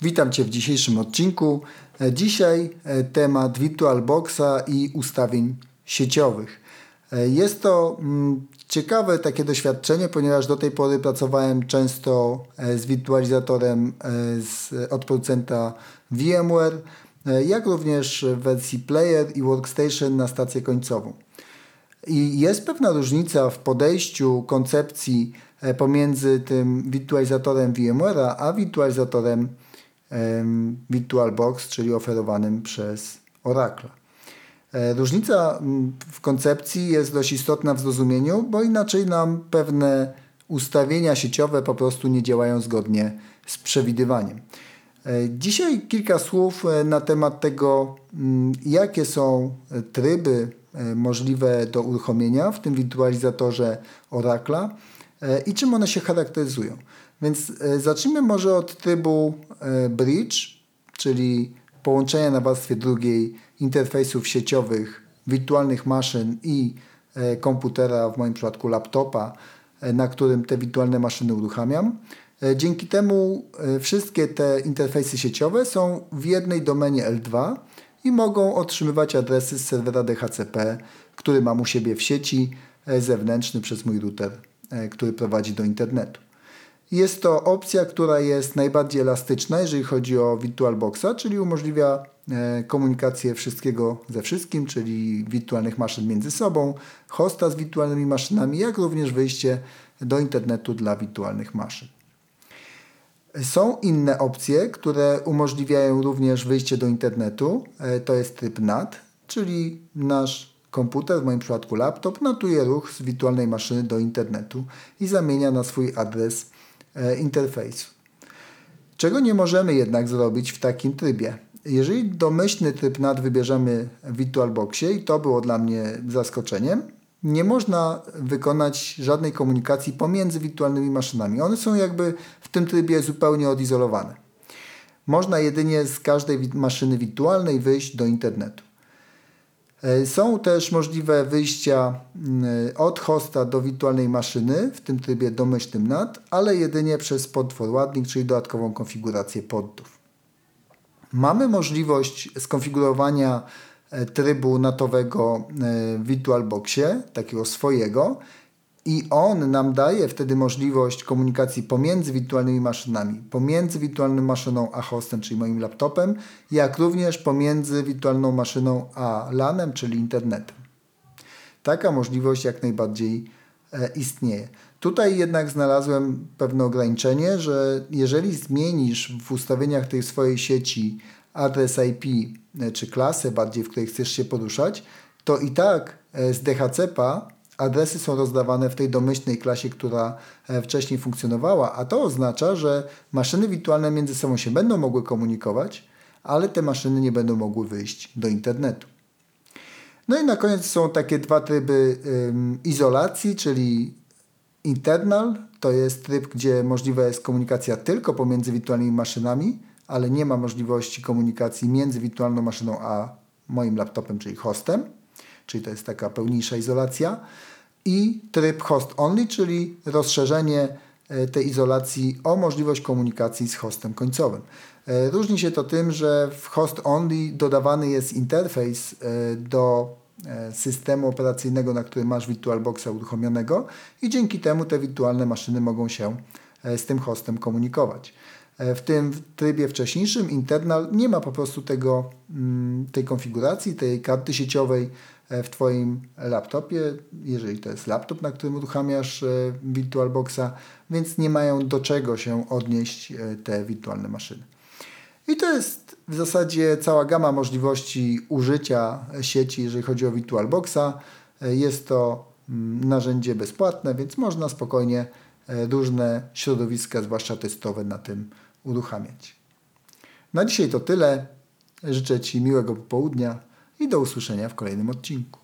Witam Cię w dzisiejszym odcinku. Dzisiaj temat VirtualBoxa i ustawień sieciowych. Jest to ciekawe takie doświadczenie, ponieważ do tej pory pracowałem często z wirtualizatorem od producenta VMware, jak również w wersji Player i Workstation na stację końcową. I jest pewna różnica w podejściu, koncepcji pomiędzy tym wirtualizatorem VMware'a, a wirtualizatorem VirtualBox, czyli oferowanym przez Oracle. Różnica w koncepcji jest dość istotna w zrozumieniu, bo inaczej nam pewne ustawienia sieciowe po prostu nie działają zgodnie z przewidywaniem. Dzisiaj kilka słów na temat tego, jakie są tryby możliwe do uruchomienia w tym wirtualizatorze Oracle'a i czym one się charakteryzują. Więc zacznijmy może od trybu Bridge, czyli połączenia na warstwie drugiej interfejsów sieciowych, wirtualnych maszyn i komputera, w moim przypadku laptopa, na którym te wirtualne maszyny uruchamiam. Dzięki temu wszystkie te interfejsy sieciowe są w jednej domenie L2 i mogą otrzymywać adresy z serwera DHCP, który mam u siebie w sieci, zewnętrzny przez mój router, który prowadzi do internetu. Jest to opcja, która jest najbardziej elastyczna, jeżeli chodzi o VirtualBoxa, czyli umożliwia komunikację wszystkiego ze wszystkim, czyli wirtualnych maszyn między sobą, hosta z wirtualnymi maszynami, jak również wyjście do internetu dla wirtualnych maszyn. Są inne opcje, które umożliwiają również wyjście do internetu. To jest tryb NAT, czyli nasz komputer, w moim przypadku laptop, natuje ruch z wirtualnej maszyny do internetu i zamienia na swój adres interfejsu. Czego nie możemy jednak zrobić w takim trybie? Jeżeli domyślny tryb NAT wybierzemy w VirtualBoxie, i to było dla mnie zaskoczeniem, nie można wykonać żadnej komunikacji pomiędzy wirtualnymi maszynami. One są jakby w tym trybie zupełnie odizolowane. Można jedynie z każdej maszyny wirtualnej wyjść do internetu. Są też możliwe wyjścia od hosta do wirtualnej maszyny w tym trybie domyślnym NAT, ale jedynie przez port forwarding, czyli dodatkową konfigurację portów. Mamy możliwość skonfigurowania trybu natowego w VirtualBoxie, takiego swojego, i on nam daje wtedy możliwość komunikacji pomiędzy wirtualnymi maszynami, pomiędzy wirtualną maszyną a hostem, czyli moim laptopem, jak również pomiędzy wirtualną maszyną a LAN-em, czyli internetem. Taka możliwość jak najbardziej istnieje. Tutaj jednak znalazłem pewne ograniczenie, że jeżeli zmienisz w ustawieniach tej swojej sieci adres IP czy klasę bardziej, w której chcesz się poruszać, to i tak z DHCP-a adresy są rozdawane w tej domyślnej klasie, która wcześniej funkcjonowała, a to oznacza, że maszyny wirtualne między sobą się będą mogły komunikować, ale te maszyny nie będą mogły wyjść do internetu. No i na koniec są takie dwa tryby izolacji, czyli internal, to jest tryb, gdzie możliwa jest komunikacja tylko pomiędzy wirtualnymi maszynami, ale nie ma możliwości komunikacji między wirtualną maszyną a moim laptopem, czyli hostem, czyli to jest taka pełniejsza izolacja, i tryb host only, czyli rozszerzenie tej izolacji o możliwość komunikacji z hostem końcowym. Różni się to tym, że w host only dodawany jest interfejs do systemu operacyjnego, na którym masz VirtualBoxa uruchomionego, i dzięki temu te wirtualne maszyny mogą się z tym hostem komunikować. W tym trybie wcześniejszym, internal, nie ma po prostu tej konfiguracji, tej karty sieciowej w Twoim laptopie, jeżeli to jest laptop, na którym uruchamiasz VirtualBoxa, więc nie mają do czego się odnieść te wirtualne maszyny. I to jest w zasadzie cała gama możliwości użycia sieci, jeżeli chodzi o VirtualBoxa. Jest to narzędzie bezpłatne, więc można spokojnie różne środowiska, zwłaszcza testowe, na tym uruchamiać. Na dzisiaj to tyle. Życzę Ci miłego popołudnia i do usłyszenia w kolejnym odcinku.